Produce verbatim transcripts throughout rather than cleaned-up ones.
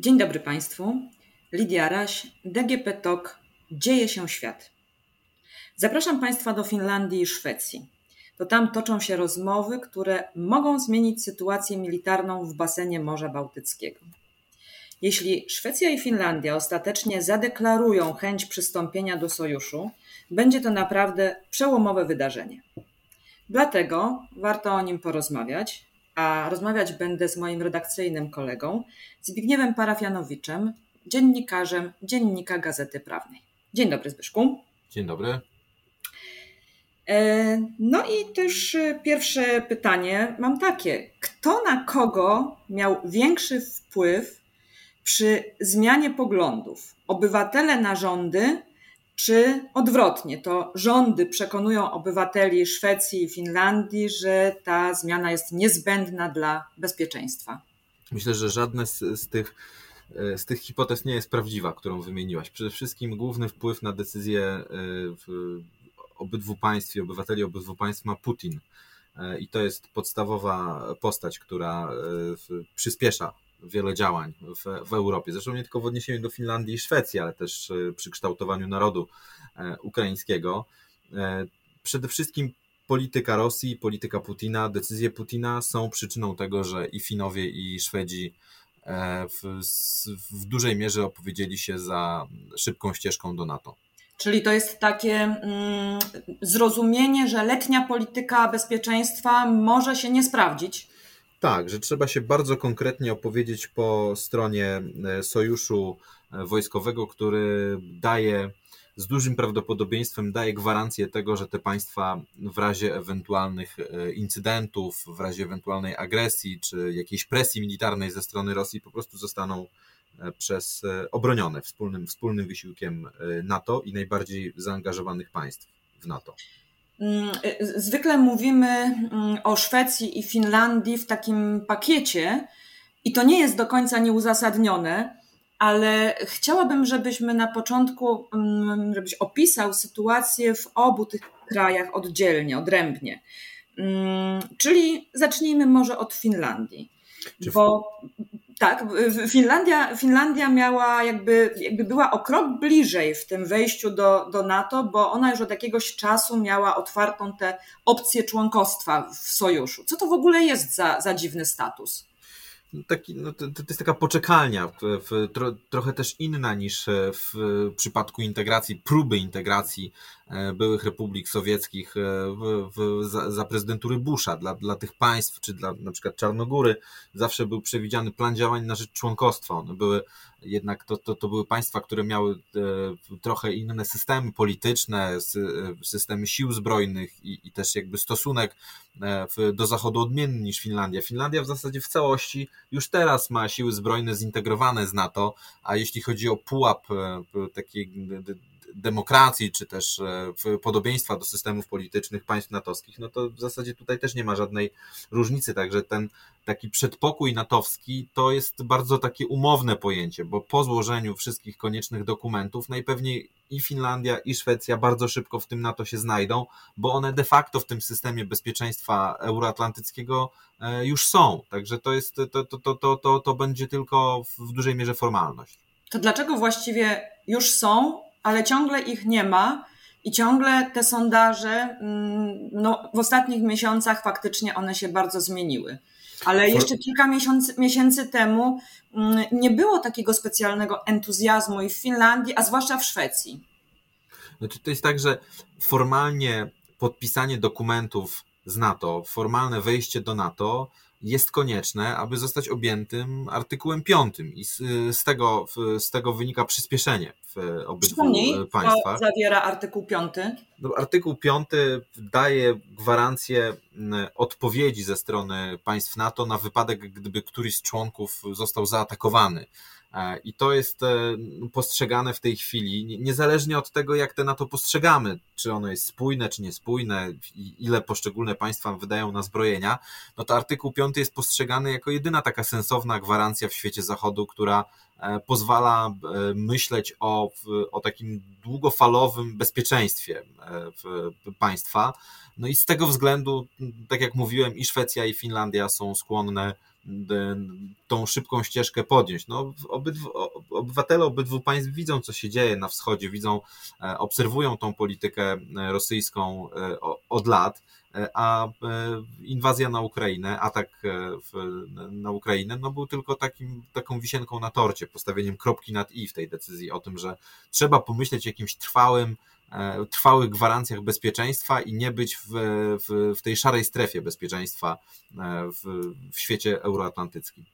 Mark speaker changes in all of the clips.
Speaker 1: Dzień dobry Państwu. Lidia Raś, D G P Talk, Dzieje się świat. Zapraszam Państwa do Finlandii i Szwecji. To tam toczą się rozmowy, które mogą zmienić sytuację militarną w basenie Morza Bałtyckiego. Jeśli Szwecja i Finlandia ostatecznie zadeklarują chęć przystąpienia do sojuszu, będzie to naprawdę przełomowe wydarzenie. Dlatego warto o nim porozmawiać, a rozmawiać będę z moim redakcyjnym kolegą Zbigniewem Parafianowiczem, dziennikarzem Dziennika Gazety Prawnej. Dzień dobry, Zbyszku.
Speaker 2: Dzień dobry.
Speaker 1: No i też pierwsze pytanie mam takie. Kto na kogo miał większy wpływ przy zmianie poglądów? Obywatele na rządy, czy odwrotnie? To rządy przekonują obywateli Szwecji i Finlandii, że ta zmiana jest niezbędna dla bezpieczeństwa?
Speaker 2: Myślę, że żadne z, z, tych, z tych hipotez nie jest prawdziwa, którą wymieniłaś. Przede wszystkim główny wpływ na decyzje w obydwu państw i obywateli obydwu państw ma Putin. I to jest podstawowa postać, która przyspiesza wiele działań w, w Europie. Zresztą nie tylko w odniesieniu do Finlandii i Szwecji, ale też przy kształtowaniu narodu ukraińskiego. Przede wszystkim polityka Rosji, polityka Putina, decyzje Putina są przyczyną tego, że i Finowie, i Szwedzi w, w dużej mierze opowiedzieli się za szybką ścieżką do NATO.
Speaker 1: Czyli to jest takie mm, zrozumienie, że letnia polityka bezpieczeństwa może się nie sprawdzić?
Speaker 2: Tak, że trzeba się bardzo konkretnie opowiedzieć po stronie sojuszu wojskowego, który daje, z dużym prawdopodobieństwem daje gwarancję tego, że te państwa w razie ewentualnych incydentów, w razie ewentualnej agresji czy jakiejś presji militarnej ze strony Rosji po prostu zostaną przez obronione wspólnym, wspólnym wysiłkiem NATO i najbardziej zaangażowanych państw w NATO.
Speaker 1: Zwykle mówimy o Szwecji i Finlandii w takim pakiecie i to nie jest do końca nieuzasadnione, ale chciałabym, żebyśmy na początku, żebyś opisał sytuację w obu tych krajach oddzielnie, odrębnie. Czyli zacznijmy może od Finlandii, bo tak, Finlandia, Finlandia miała jakby, jakby była o krok bliżej w tym wejściu do, do NATO, bo ona już od jakiegoś czasu miała otwartą tę opcję członkostwa w sojuszu. Co to w ogóle jest za, za dziwny status?
Speaker 2: Taki, no to, to jest taka poczekalnia, w, w, tro, trochę też inna niż w przypadku integracji, próby integracji byłych republik sowieckich w, w, za, za prezydentury Busha. Dla, dla tych państw, czy dla na przykład Czarnogóry, zawsze był przewidziany plan działań na rzecz członkostwa. One były jednak, to, to, to były państwa, które miały trochę inne systemy polityczne, systemy sił zbrojnych i, i też jakby stosunek do Zachodu odmienny niż Finlandia. Finlandia w zasadzie w całości już teraz ma siły zbrojne zintegrowane z NATO, a jeśli chodzi o pułap takiej demokracji, czy też podobieństwa do systemów politycznych państw natowskich, no to w zasadzie tutaj też nie ma żadnej różnicy, także ten taki przedpokój natowski to jest bardzo takie umowne pojęcie, bo po złożeniu wszystkich koniecznych dokumentów najpewniej i Finlandia, i Szwecja bardzo szybko w tym NATO się znajdą, bo one de facto w tym systemie bezpieczeństwa euroatlantyckiego już są, także to jest, to, to, to, to, to, to będzie tylko w dużej mierze formalność.
Speaker 1: To dlaczego właściwie już są, ale ciągle ich nie ma i ciągle te sondaże, no w ostatnich miesiącach faktycznie one się bardzo zmieniły. Ale jeszcze kilka miesięcy, miesięcy temu nie było takiego specjalnego entuzjazmu i w Finlandii, a zwłaszcza w Szwecji.
Speaker 2: Znaczy to jest tak, że formalnie podpisanie dokumentów z NATO, formalne wejście do NATO jest konieczne, aby zostać objętym artykułem piątym i z, z, tego, z tego wynika przyspieszenie w obydwu
Speaker 1: Przypomnij,
Speaker 2: państwach.
Speaker 1: Co zawiera artykuł piąty?
Speaker 2: No, artykuł piąty daje gwarancję odpowiedzi ze strony państw NATO na wypadek, gdyby któryś z członków został zaatakowany. I to jest postrzegane w tej chwili, niezależnie od tego, jak te NATO postrzegamy, czy ono jest spójne, czy niespójne, ile poszczególne państwa wydają na zbrojenia, no to artykuł piąty jest postrzegany jako jedyna taka sensowna gwarancja w świecie Zachodu, która pozwala myśleć o, o takim długofalowym bezpieczeństwie państwa. No i z tego względu, tak jak mówiłem, i Szwecja, i Finlandia są skłonne tą szybką ścieżkę podjąć. No, obydwu, obywatele obydwu państw widzą, co się dzieje na wschodzie, widzą, obserwują tą politykę rosyjską od lat, a inwazja na Ukrainę, atak w, na Ukrainę, no był tylko takim, taką wisienką na torcie, postawieniem kropki nad i w tej decyzji o tym, że trzeba pomyśleć o jakimś trwałym, trwałych gwarancjach bezpieczeństwa i nie być w, w, w tej szarej strefie bezpieczeństwa w, w świecie euroatlantyckim.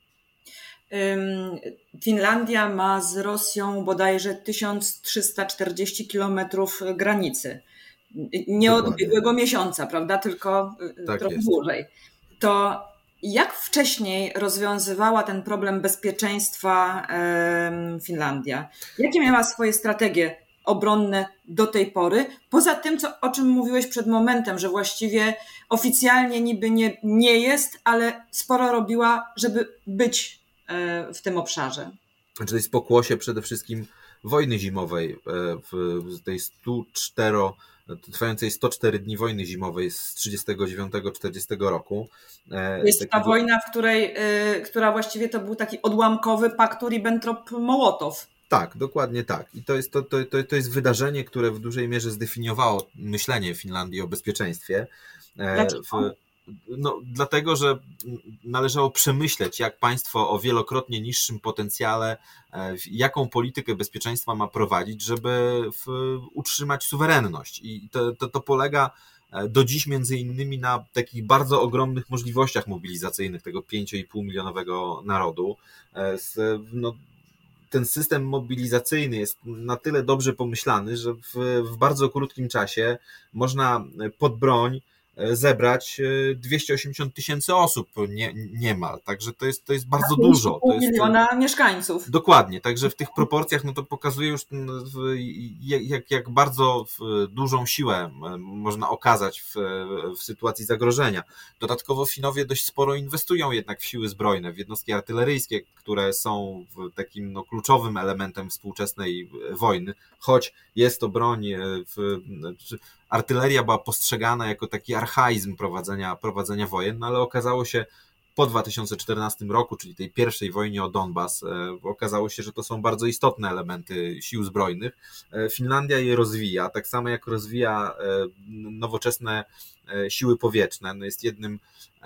Speaker 1: Finlandia ma z Rosją bodajże tysiąc trzysta czterdzieści kilometrów granicy. Nie od ubiegłego miesiąca, prawda? Tylko tak trochę jest. Dłużej. To jak wcześniej rozwiązywała ten problem bezpieczeństwa Finlandia? Jakie miała swoje strategie obronne do tej pory? Poza tym, co, o czym mówiłeś przed momentem, że właściwie oficjalnie niby nie, nie jest, ale sporo robiła, żeby być w tym obszarze.
Speaker 2: Znaczy to jest pokłosie przede wszystkim wojny zimowej, w tej stu czterech, trwającej sto cztery dni wojny zimowej z trzydziestego dziewiątego czterdziestego roku.
Speaker 1: Jest takiego... ta wojna, w której, która właściwie to był taki odłamkowy paktu Ribbentrop-Mołotow.
Speaker 2: Tak, dokładnie tak. I to jest, to, to, to jest wydarzenie, które w dużej mierze zdefiniowało myślenie Finlandii o bezpieczeństwie.
Speaker 1: Dlaczego?
Speaker 2: W, no, dlatego, że należało przemyśleć, jak państwo o wielokrotnie niższym potencjale, jaką politykę bezpieczeństwa ma prowadzić, żeby w, utrzymać suwerenność. I to, to, to polega do dziś między innymi na takich bardzo ogromnych możliwościach mobilizacyjnych tego pięć i pół milionowego narodu. Z, no, ten system mobilizacyjny jest na tyle dobrze pomyślany, że w, w bardzo krótkim czasie można pod broń zebrać dwieście osiemdziesiąt tysięcy osób nie, niemal, także to jest, to jest bardzo
Speaker 1: na
Speaker 2: dużo.
Speaker 1: To jest miliona mieszkańców.
Speaker 2: Dokładnie, także w tych proporcjach no to pokazuje już jak, jak bardzo dużą siłę można okazać w, w sytuacji zagrożenia. Dodatkowo Finowie dość sporo inwestują jednak w siły zbrojne, w jednostki artyleryjskie, które są takim no, kluczowym elementem współczesnej wojny, choć jest to broń w, artyleria była postrzegana jako taki archaizm prowadzenia, prowadzenia wojen, no ale okazało się po dwa tysiące czternastym roku, czyli tej pierwszej wojnie o Donbas, okazało się, że to są bardzo istotne elementy sił zbrojnych. Finlandia je rozwija, tak samo jak rozwija nowoczesne siły powietrzne. No jest jednym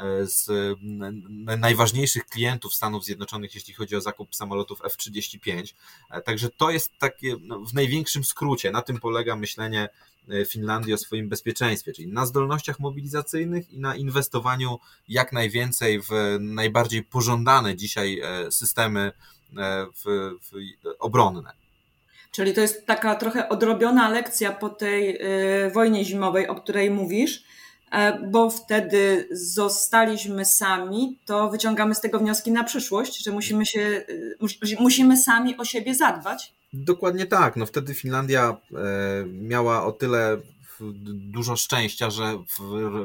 Speaker 2: z najważniejszych klientów Stanów Zjednoczonych, jeśli chodzi o zakup samolotów F trzydzieści pięć. Także to jest takie no, w największym skrócie, na tym polega myślenie Finlandii o swoim bezpieczeństwie, czyli na zdolnościach mobilizacyjnych i na inwestowaniu jak najwięcej w najbardziej pożądane dzisiaj systemy w, w obronne.
Speaker 1: Czyli to jest taka trochę odrobiona lekcja po tej wojnie zimowej, o której mówisz, bo wtedy zostaliśmy sami, to wyciągamy z tego wnioski na przyszłość, że musimy się, musimy sami o siebie zadbać.
Speaker 2: Dokładnie tak. No wtedy Finlandia miała o tyle dużo szczęścia, że w,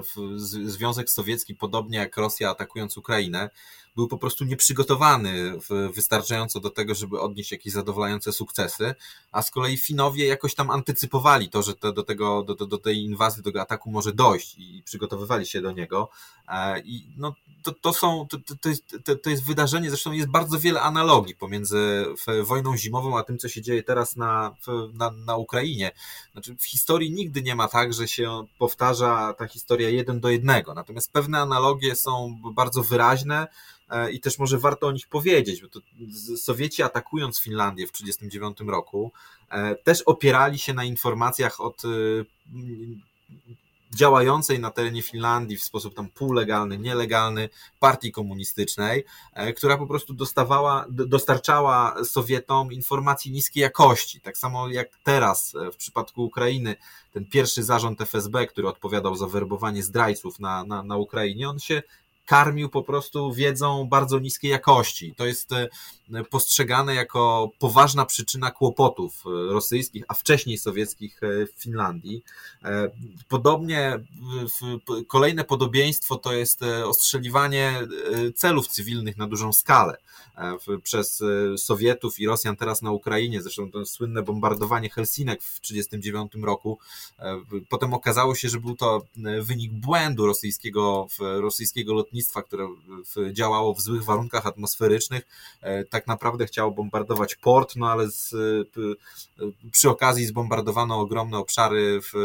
Speaker 2: w Związek Sowiecki, podobnie jak Rosja atakując Ukrainę, był po prostu nieprzygotowany wystarczająco do tego, żeby odnieść jakieś zadowalające sukcesy, a z kolei Finowie jakoś tam antycypowali to, że to, do, tego, do, do tej inwazji, do tego ataku może dojść i przygotowywali się do niego. I no, to, to, są, to, to, jest, to, to jest wydarzenie, zresztą jest bardzo wiele analogii pomiędzy wojną zimową, a tym, co się dzieje teraz na, na, na Ukrainie. Znaczy, w historii nigdy nie ma tak, że się powtarza ta historia jeden do jednego, natomiast pewne analogie są bardzo wyraźne, i też może warto o nich powiedzieć, bo to Sowieci atakując Finlandię w tysiąc dziewięćset trzydziestym dziewiątym roku też opierali się na informacjach od działającej na terenie Finlandii w sposób tam półlegalny, nielegalny partii komunistycznej, która po prostu dostawała, dostarczała Sowietom informacji niskiej jakości. Tak samo jak teraz w przypadku Ukrainy, ten pierwszy zarząd F S B, który odpowiadał za werbowanie zdrajców na, na, na Ukrainie, on się karmił po prostu wiedzą bardzo niskiej jakości. To jest postrzegane jako poważna przyczyna kłopotów rosyjskich, a wcześniej sowieckich w Finlandii. Podobnie kolejne podobieństwo to jest ostrzeliwanie celów cywilnych na dużą skalę przez Sowietów i Rosjan teraz na Ukrainie. Zresztą to słynne bombardowanie Helsinek w tysiąc dziewięćset trzydziestym dziewiątym roku. Potem okazało się, że był to wynik błędu rosyjskiego, rosyjskiego lotnictwa lotnictwa, które działało w złych warunkach atmosferycznych, tak naprawdę chciało bombardować port, no ale z, przy okazji zbombardowano ogromne obszary w,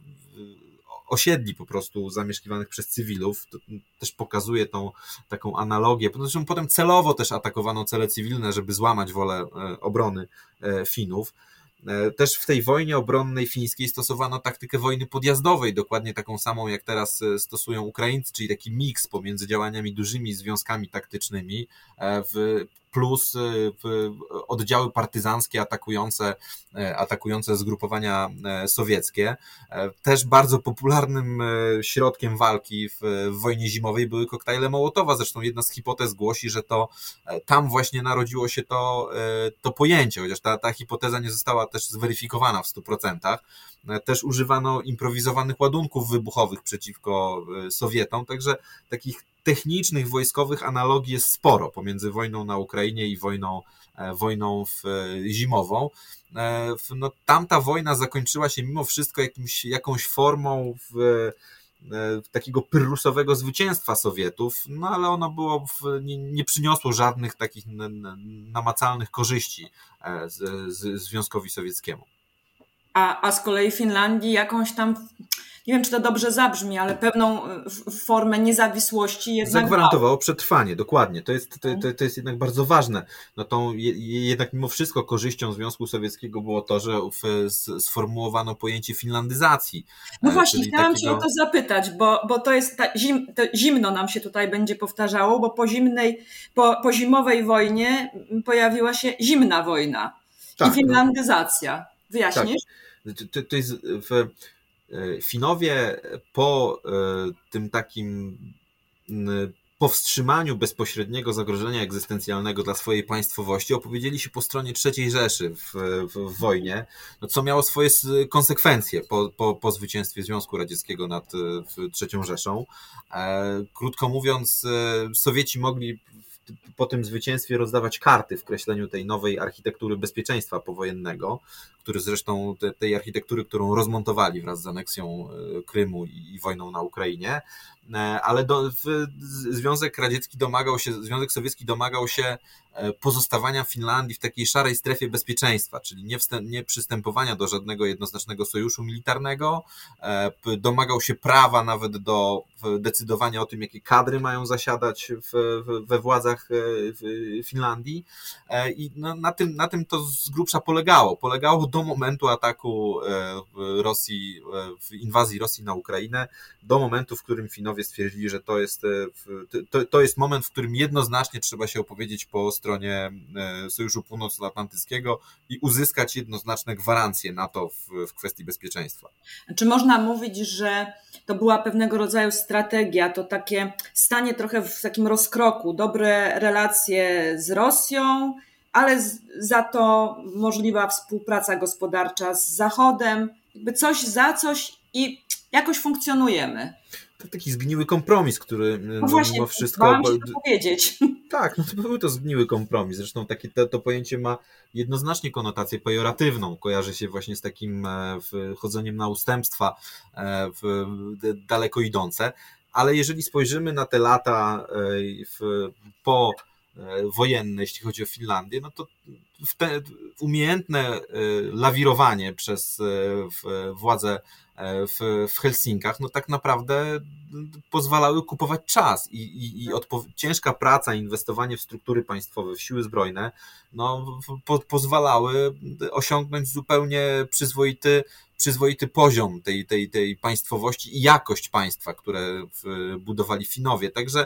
Speaker 2: w osiedli po prostu zamieszkiwanych przez cywilów. To też pokazuje tą taką analogię. Zresztą potem celowo też atakowano cele cywilne, żeby złamać wolę obrony Finów. Też w tej wojnie obronnej fińskiej stosowano taktykę wojny podjazdowej, dokładnie taką samą jak teraz stosują Ukraińcy, czyli taki miks pomiędzy działaniami dużymi związkami taktycznymi w plus oddziały partyzanckie atakujące, atakujące zgrupowania sowieckie. Też bardzo popularnym środkiem walki w, w wojnie zimowej były koktajle Mołotowa. Zresztą jedna z hipotez głosi, że to tam właśnie narodziło się to, to pojęcie, chociaż ta, ta hipoteza nie została też zweryfikowana w stu procentach. Też używano improwizowanych ładunków wybuchowych przeciwko Sowietom, także takich technicznych, wojskowych analogii jest sporo pomiędzy wojną na Ukrainie i wojną, wojną w, zimową. No, tamta wojna zakończyła się mimo wszystko jakimś, jakąś formą w, w takiego pyrrusowego zwycięstwa Sowietów, no ale ono było w, nie, nie przyniosło żadnych takich namacalnych korzyści z, z Związkowi Sowieckiemu.
Speaker 1: A, a z kolei Finlandii jakąś tam, nie wiem czy to dobrze zabrzmi, ale pewną formę niezawisłości jednak
Speaker 2: zagwarantowało dał. Przetrwanie, dokładnie. To jest, to, to, to jest jednak bardzo ważne. No tą, jednak mimo wszystko korzyścią Związku Sowieckiego było to, że w, sformułowano pojęcie finlandyzacji.
Speaker 1: No właśnie, chciałam takiego... Cię o to zapytać, bo, bo to jest ta, zim, to zimno nam się tutaj będzie powtarzało, bo po zimnej, po, po zimowej wojnie pojawiła się zimna wojna tak, i finlandyzacja. Wyjaśnisz?
Speaker 2: Tak. To, to jest w Finowie po tym takim powstrzymaniu bezpośredniego zagrożenia egzystencjalnego dla swojej państwowości opowiedzieli się po stronie trzeciej Rzeszy w, w, w wojnie, no co miało swoje konsekwencje po, po, po zwycięstwie Związku Radzieckiego nad trzecią Rzeszą. Krótko mówiąc, Sowieci mogli po tym zwycięstwie rozdawać karty w kreśleniu tej nowej architektury bezpieczeństwa powojennego, który zresztą te, tej architektury, którą rozmontowali wraz z aneksją Krymu i, i wojną na Ukrainie, ale do, w, Związek Radziecki domagał się, Związek Sowiecki domagał się pozostawania Finlandii w takiej szarej strefie bezpieczeństwa, czyli nie, wstęp, nie przystępowania do żadnego jednoznacznego sojuszu militarnego, domagał się prawa nawet do decydowania o tym, jakie kadry mają zasiadać w, w, we władzach w Finlandii i no, na, tym, na tym to z grubsza polegało. Polegało do momentu ataku Rosji, inwazji Rosji na Ukrainę, do momentu, w którym Finowie stwierdzili, że to jest, to, to jest moment, w którym jednoznacznie trzeba się opowiedzieć po stronie Sojuszu Północnoatlantyckiego i uzyskać jednoznaczne gwarancje NATO w, w kwestii bezpieczeństwa.
Speaker 1: Czy można mówić, że to była pewnego rodzaju strategia, to takie stanie trochę w takim rozkroku, dobre relacje z Rosją, ale za to możliwa współpraca gospodarcza z Zachodem, jakby coś za coś i jakoś funkcjonujemy.
Speaker 2: To taki zgniły kompromis, który no
Speaker 1: właśnie,
Speaker 2: mimo wszystko...
Speaker 1: Bałam się to powiedzieć.
Speaker 2: Tak, no to był to zgniły kompromis. Zresztą takie, to, to pojęcie ma jednoznacznie konotację pejoratywną. Kojarzy się właśnie z takim chodzeniem na ustępstwa w, daleko idące. Ale jeżeli spojrzymy na te lata w, po wojenne, jeśli chodzi o Finlandię, no to w te, umiejętne lawirowanie przez władze w, w Helsinkach, no tak naprawdę pozwalały kupować czas i, i, i odpo- ciężka praca, inwestowanie w struktury państwowe, w siły zbrojne, no po, pozwalały osiągnąć zupełnie przyzwoity przyzwoity poziom tej, tej, tej państwowości i jakość państwa, które budowali Finowie. Także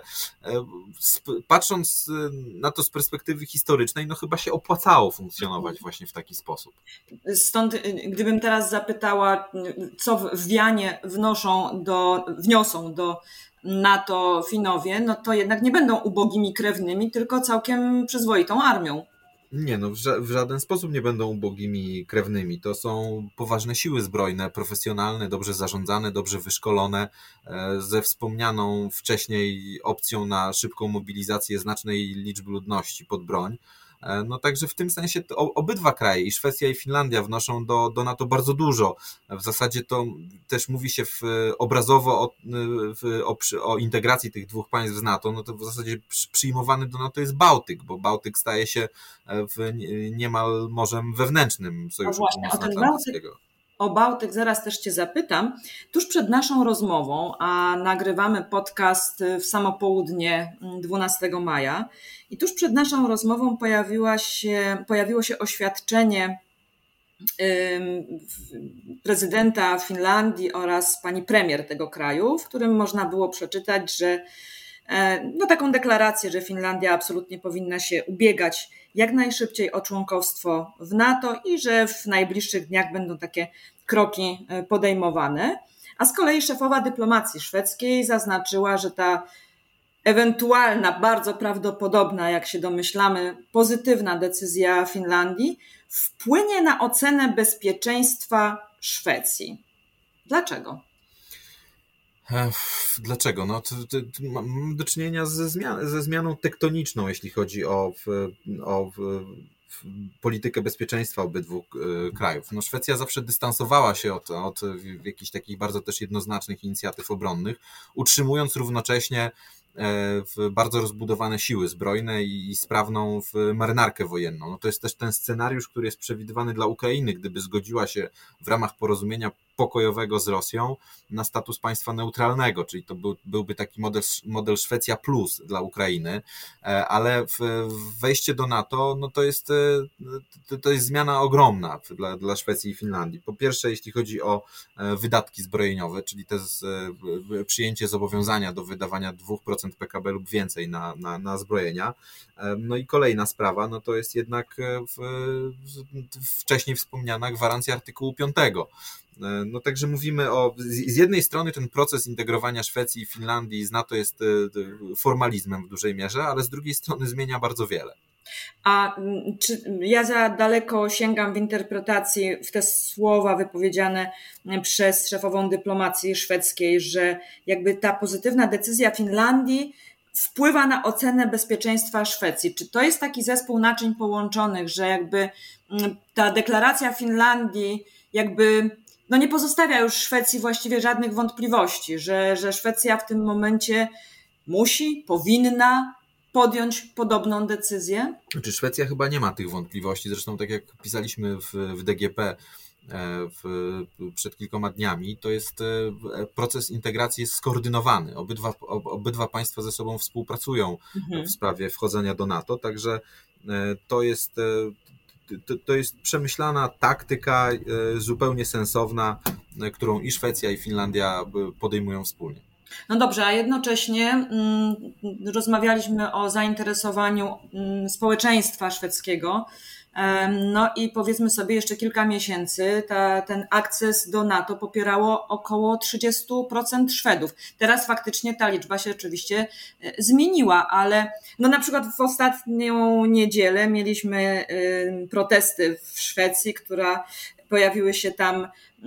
Speaker 2: patrząc na to z perspektywy historycznej, no chyba się opłacało funkcjonować właśnie w taki sposób.
Speaker 1: Stąd gdybym teraz zapytała, co w Wianie wnoszą do, wniosą do NATO Finowie, no to jednak nie będą ubogimi krewnymi, tylko całkiem przyzwoitą armią.
Speaker 2: Nie, no w, ża- w żaden sposób nie będą ubogimi krewnymi. To są poważne siły zbrojne, profesjonalne, dobrze zarządzane, dobrze wyszkolone, ze wspomnianą wcześniej opcją na szybką mobilizację znacznej liczby ludności pod broń. No także w tym sensie to obydwa kraje, i Szwecja i Finlandia, wnoszą do, do NATO bardzo dużo. W zasadzie to też mówi się w, obrazowo o, w, o, o integracji tych dwóch państw z NATO, no to w zasadzie przyjmowany do NATO jest Bałtyk, bo Bałtyk staje się w niemal morzem wewnętrznym Sojuszu
Speaker 1: no właśnie,
Speaker 2: Północnoatlantyckiego.
Speaker 1: O Bałtyk zaraz też Cię zapytam. Tuż przed naszą rozmową, a nagrywamy podcast w samo południe dwunastego maja, i tuż przed naszą rozmową pojawiła się, pojawiło się oświadczenie prezydenta Finlandii oraz pani premier tego kraju, w którym można było przeczytać, że no taką deklarację, że Finlandia absolutnie powinna się ubiegać jak najszybciej o członkostwo w NATO i że w najbliższych dniach będą takie kroki podejmowane. A z kolei szefowa dyplomacji szwedzkiej zaznaczyła, że ta ewentualna, bardzo prawdopodobna, jak się domyślamy, pozytywna decyzja Finlandii wpłynie na ocenę bezpieczeństwa Szwecji. Dlaczego?
Speaker 2: Dlaczego? No, to, to, to mamy do czynienia ze, zmian, ze zmianą tektoniczną, jeśli chodzi o, o politykę bezpieczeństwa obydwu krajów. No, Szwecja zawsze dystansowała się od, od jakichś takich bardzo też jednoznacznych inicjatyw obronnych, utrzymując równocześnie w bardzo rozbudowane siły zbrojne i, i sprawną w marynarkę wojenną. No to jest też ten scenariusz, który jest przewidywany dla Ukrainy, gdyby zgodziła się w ramach porozumienia pokojowego z Rosją na status państwa neutralnego, czyli to był, byłby taki model, model Szwecja plus dla Ukrainy, ale w, wejście do NATO, no to jest, to jest zmiana ogromna dla, dla Szwecji i Finlandii. Po pierwsze, jeśli chodzi o wydatki zbrojeniowe, czyli to jest przyjęcie zobowiązania do wydawania dwa procent P K B lub więcej na, na, na zbrojenia. No i kolejna sprawa, no to jest jednak w, w, wcześniej wspomniana gwarancja artykułu piątego. No także mówimy o, z jednej strony ten proces integrowania Szwecji i Finlandii z NATO jest formalizmem w dużej mierze, ale z drugiej strony zmienia bardzo wiele.
Speaker 1: A czy ja za daleko sięgam w interpretacji w te słowa wypowiedziane przez szefową dyplomacji szwedzkiej, że jakby ta pozytywna decyzja Finlandii wpływa na ocenę bezpieczeństwa Szwecji? Czy to jest taki zespół naczyń połączonych, że jakby ta deklaracja Finlandii jakby no nie pozostawia już Szwecji właściwie żadnych wątpliwości, że, że Szwecja w tym momencie musi, powinna podjąć podobną decyzję?
Speaker 2: Znaczy Szwecja chyba nie ma tych wątpliwości, zresztą tak jak pisaliśmy w, w D G P w, przed kilkoma dniami, to jest proces integracji jest skoordynowany. Obydwa, obydwa państwa ze sobą współpracują mhm. w sprawie wchodzenia do NATO, także to jest To, to jest przemyślana taktyka zupełnie sensowna, którą i Szwecja, i Finlandia podejmują wspólnie.
Speaker 1: No dobrze, a jednocześnie mm, rozmawialiśmy o zainteresowaniu mm, społeczeństwa szwedzkiego. No i powiedzmy sobie, jeszcze kilka miesięcy ta, ten akces do NATO popierało około trzydzieści procent Szwedów. Teraz faktycznie ta liczba się oczywiście zmieniła, ale no na przykład w ostatnią niedzielę mieliśmy protesty w Szwecji, która pojawiły się tam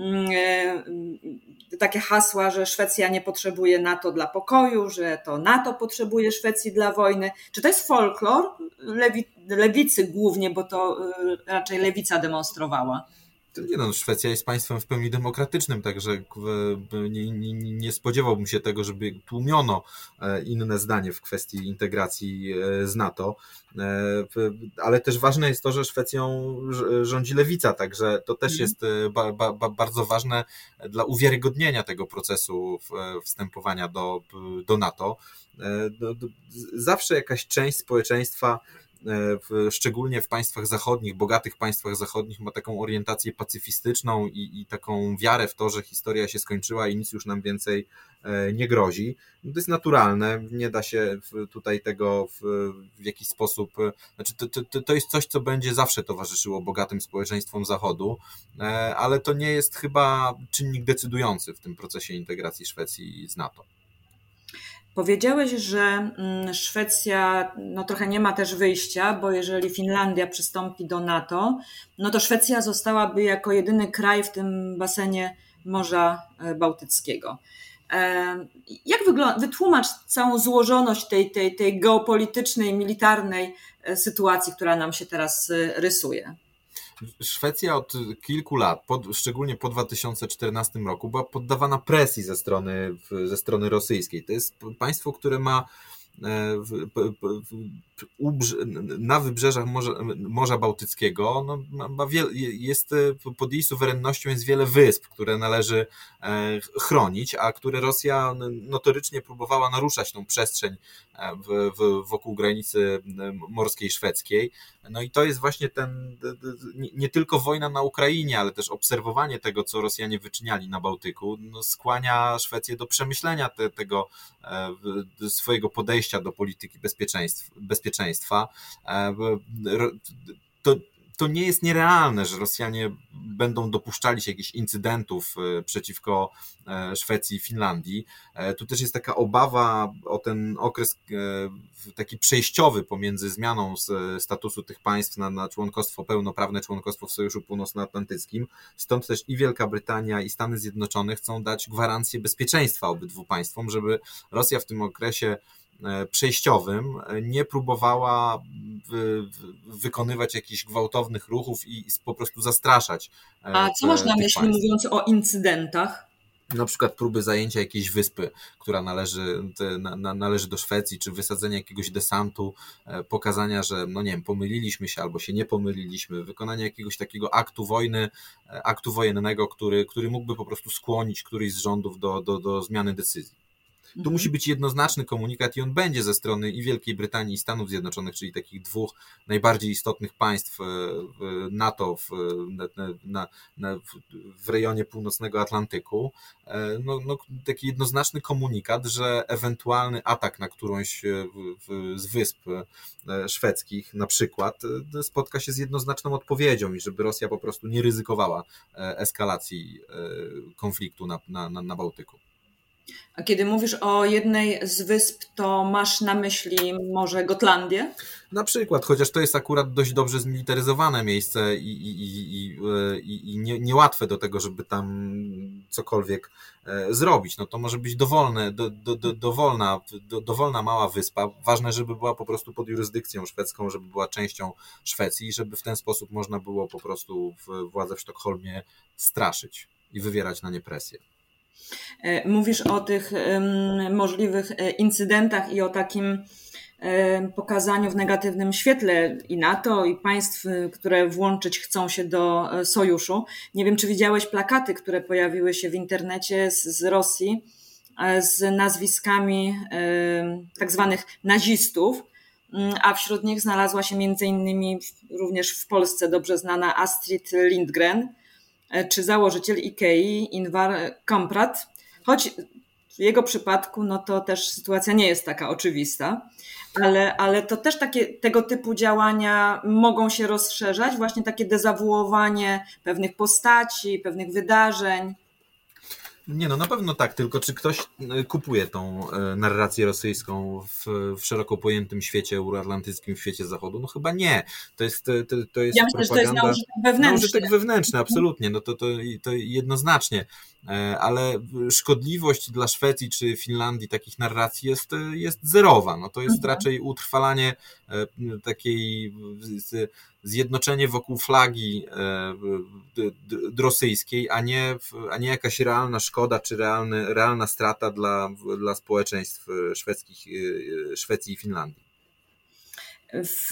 Speaker 1: takie hasła, że Szwecja nie potrzebuje NATO dla pokoju, że to NATO potrzebuje Szwecji dla wojny. Czy to jest folklor lewi, lewicy głównie, bo to raczej lewica demonstrowała?
Speaker 2: Nie no, Szwecja jest państwem w pełni demokratycznym, także nie, nie, nie spodziewałbym się tego, żeby tłumiono inne zdanie w kwestii integracji z NATO, ale też ważne jest to, że Szwecją rządzi lewica, także to też jest ba, ba, bardzo ważne dla uwiarygodnienia tego procesu wstępowania do, do NATO. Zawsze jakaś część społeczeństwa, W, szczególnie w państwach zachodnich, bogatych państwach zachodnich, ma taką orientację pacyfistyczną i, i taką wiarę w to, że historia się skończyła i nic już nam więcej nie grozi. To jest naturalne, nie da się tutaj tego w, w jakiś sposób, znaczy to, to, to jest coś, co będzie zawsze towarzyszyło bogatym społeczeństwom Zachodu, ale to nie jest chyba czynnik decydujący w tym procesie integracji Szwecji z NATO.
Speaker 1: Powiedziałeś, że Szwecja no trochę nie ma też wyjścia, bo jeżeli Finlandia przystąpi do NATO, no to Szwecja zostałaby jako jedyny kraj w tym basenie Morza Bałtyckiego. Jak wygląda, wytłumacz całą złożoność tej, tej, tej geopolitycznej, militarnej sytuacji, która nam się teraz rysuje?
Speaker 2: Szwecja od kilku lat, pod, szczególnie po dwa tysiące czternastym roku, była poddawana presji ze strony, ze strony rosyjskiej. To jest państwo, które ma w, w, w, na wybrzeżach Morza, Morza Bałtyckiego, no, ma wiele, jest, pod jej suwerennością jest wiele wysp, które należy chronić, a które Rosja notorycznie próbowała naruszać tą przestrzeń w, w, wokół granicy morskiej szwedzkiej. No i to jest właśnie ten, nie tylko wojna na Ukrainie, ale też obserwowanie tego, co Rosjanie wyczyniali na Bałtyku, no, skłania Szwecję do przemyślenia te, tego swojego podejścia do polityki bezpieczeństwa. bezpieczeństwa. To, to nie jest nierealne, że Rosjanie będą dopuszczali się jakichś incydentów przeciwko Szwecji i Finlandii. Tu też jest taka obawa o ten okres taki przejściowy pomiędzy zmianą statusu tych państw na, na członkostwo, pełnoprawne członkostwo w Sojuszu Północnoatlantyckim. Stąd też i Wielka Brytania, i Stany Zjednoczone chcą dać gwarancję bezpieczeństwa obydwu państwom, żeby Rosja w tym okresie przejściowym nie próbowała wy, wykonywać jakichś gwałtownych ruchów i po prostu zastraszać.
Speaker 1: A co masz na myśli, mówiąc o incydentach?
Speaker 2: Na przykład próby zajęcia jakiejś wyspy, która należy, na, na, należy do Szwecji, czy wysadzenia jakiegoś desantu, pokazania, że no nie wiem, pomyliliśmy się albo się nie pomyliliśmy, wykonanie jakiegoś takiego aktu wojny, aktu wojennego, który, który mógłby po prostu skłonić któryś z rządów do, do, do zmiany decyzji. Tu musi być jednoznaczny komunikat i on będzie ze strony i Wielkiej Brytanii, i Stanów Zjednoczonych, czyli takich dwóch najbardziej istotnych państw NATO w, na, na, w rejonie północnego Atlantyku. No, no, taki jednoznaczny komunikat, że ewentualny atak na którąś z wysp szwedzkich na przykład spotka się z jednoznaczną odpowiedzią i żeby Rosja po prostu nie ryzykowała eskalacji konfliktu na, na, na Bałtyku.
Speaker 1: A kiedy mówisz o jednej z wysp, to masz na myśli może Gotlandię?
Speaker 2: Na przykład, chociaż to jest akurat dość dobrze zmilitaryzowane miejsce i, i, i, i, i nie, niełatwe do tego, żeby tam cokolwiek zrobić. No to może być dowolne, do, do, do, dowolna, do, dowolna mała wyspa. Ważne, żeby była po prostu pod jurysdykcją szwedzką, żeby była częścią Szwecji i żeby w ten sposób można było po prostu władze w Sztokholmie straszyć i wywierać na nie presję.
Speaker 1: Mówisz o tych możliwych incydentach i o takim pokazaniu w negatywnym świetle i NATO, i państw, które włączyć chcą się do sojuszu. Nie wiem, czy widziałeś plakaty, które pojawiły się w internecie z, z Rosji z nazwiskami tak zwanych nazistów, a wśród nich znalazła się między innymi również w Polsce dobrze znana Astrid Lindgren, czy założyciel Ikei Ingvar Kamprad, choć w jego przypadku no to też sytuacja nie jest taka oczywista, ale, ale to też takie, tego typu działania mogą się rozszerzać, właśnie takie dezawuowanie pewnych postaci, pewnych wydarzeń.
Speaker 2: Nie, no na pewno tak, tylko czy ktoś kupuje tą narrację rosyjską w, w szeroko pojętym świecie euroatlantyckim, w świecie zachodu? No chyba nie. To jest, to, to jest
Speaker 1: ja myślę, propaganda, że to jest na użytek wewnętrzny.
Speaker 2: Na użytek wewnętrzny, absolutnie, no to, to, to jednoznacznie. Ale szkodliwość dla Szwecji czy Finlandii takich narracji jest, jest zerowa. No to jest mhm. raczej utrwalanie takiej, zjednoczenie wokół flagi rosyjskiej, a nie, a nie jakaś realna szkoda czy realny, realna strata dla, dla społeczeństw szwedzkich, Szwecji i Finlandii.
Speaker 1: W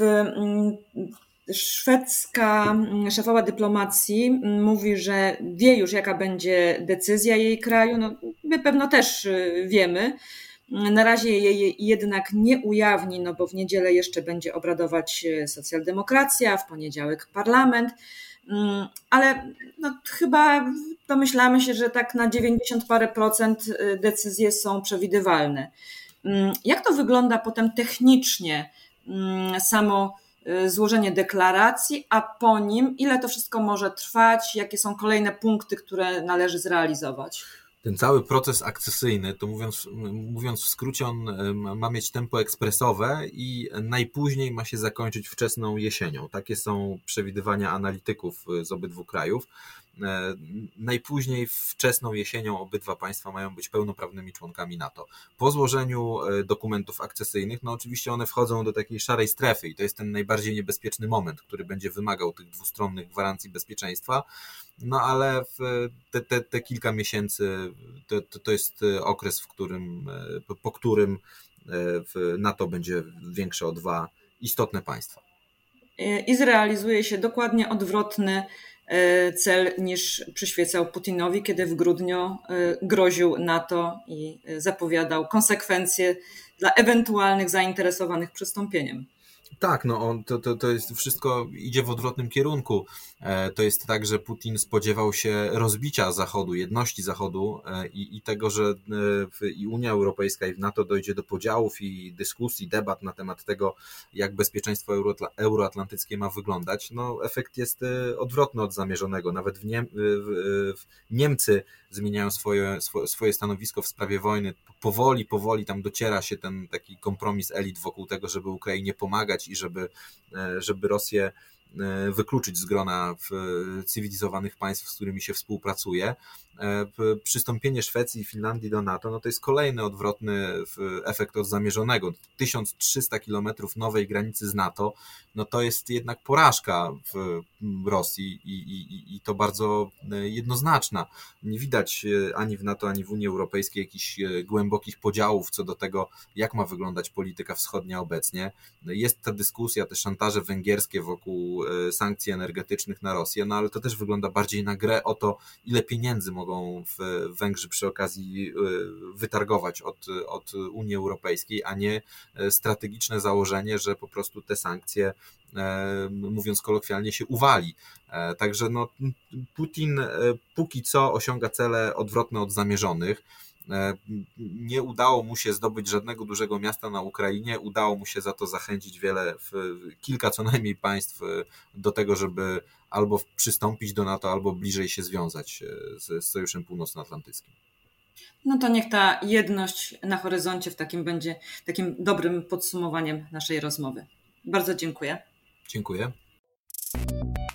Speaker 1: Szwedzka szefowa dyplomacji mówi, że wie już, jaka będzie decyzja jej kraju. No, my pewno też wiemy. Na razie jej jednak nie ujawni, no bo w niedzielę jeszcze będzie obradować socjaldemokracja, w poniedziałek parlament, ale no, chyba domyślamy się, że tak na dziewięćdziesiąt parę procent decyzje są przewidywalne. Jak to wygląda potem technicznie, samo złożenie deklaracji, a po nim ile to wszystko może trwać, jakie są kolejne punkty, które należy zrealizować?
Speaker 2: Ten cały proces akcesyjny, to mówiąc, mówiąc w skrócie, on ma mieć tempo ekspresowe i najpóźniej ma się zakończyć wczesną jesienią. Takie są przewidywania analityków z obydwu krajów. najpóźniej wczesną jesienią obydwa państwa mają być pełnoprawnymi członkami NATO. Po złożeniu dokumentów akcesyjnych, no oczywiście one wchodzą do takiej szarej strefy i to jest ten najbardziej niebezpieczny moment, który będzie wymagał tych dwustronnych gwarancji bezpieczeństwa, no ale w te, te, te kilka miesięcy to, to, to jest okres, w którym, po którym w NATO będzie większe o dwa istotne państwa.
Speaker 1: I zrealizuje się dokładnie odwrotny cel niż przyświecał Putinowi, kiedy w grudniu groził NATO i zapowiadał konsekwencje dla ewentualnych zainteresowanych przystąpieniem.
Speaker 2: Tak, no on, to, to, to jest wszystko idzie w odwrotnym kierunku. To jest tak, że Putin spodziewał się rozbicia Zachodu, jedności Zachodu i, i tego, że w, i Unia Europejska i w NATO dojdzie do podziałów i dyskusji, debat na temat tego, jak bezpieczeństwo euro, euroatlantyckie ma wyglądać. No, efekt jest odwrotny od zamierzonego. Nawet w, Niem, w, w Niemcy zmieniają swoje, swoje stanowisko w sprawie wojny. Powoli, powoli tam dociera się ten taki kompromis elit wokół tego, żeby Ukrainie pomagać i żeby, żeby Rosję wykluczyć z grona cywilizowanych państw, z którymi się współpracuje. Przystąpienie Szwecji i Finlandii do NATO, no to jest kolejny odwrotny efekt od zamierzonego. tysiąc trzysta kilometrów nowej granicy z NATO, no to jest jednak porażka w Rosji i, i, i to bardzo jednoznaczna. Nie widać ani w NATO, ani w Unii Europejskiej jakichś głębokich podziałów co do tego, jak ma wyglądać polityka wschodnia obecnie. Jest ta dyskusja, te szantaże węgierskie wokół sankcji energetycznych na Rosję, no ale to też wygląda bardziej na grę o to, ile pieniędzy mogą Węgrzy przy okazji wytargować od, od Unii Europejskiej, a nie strategiczne założenie, że po prostu te sankcje, mówiąc kolokwialnie, się uwali. Także no, Putin póki co osiąga cele odwrotne od zamierzonych. Nie udało mu się zdobyć żadnego dużego miasta na Ukrainie, udało mu się za to zachęcić wiele, kilka co najmniej państw do tego, żeby albo przystąpić do NATO, albo bliżej się związać z Sojuszem Północnoatlantyckim.
Speaker 1: No to niech ta jedność na horyzoncie w takim będzie takim dobrym podsumowaniem naszej rozmowy. Bardzo dziękuję.
Speaker 2: Dziękuję.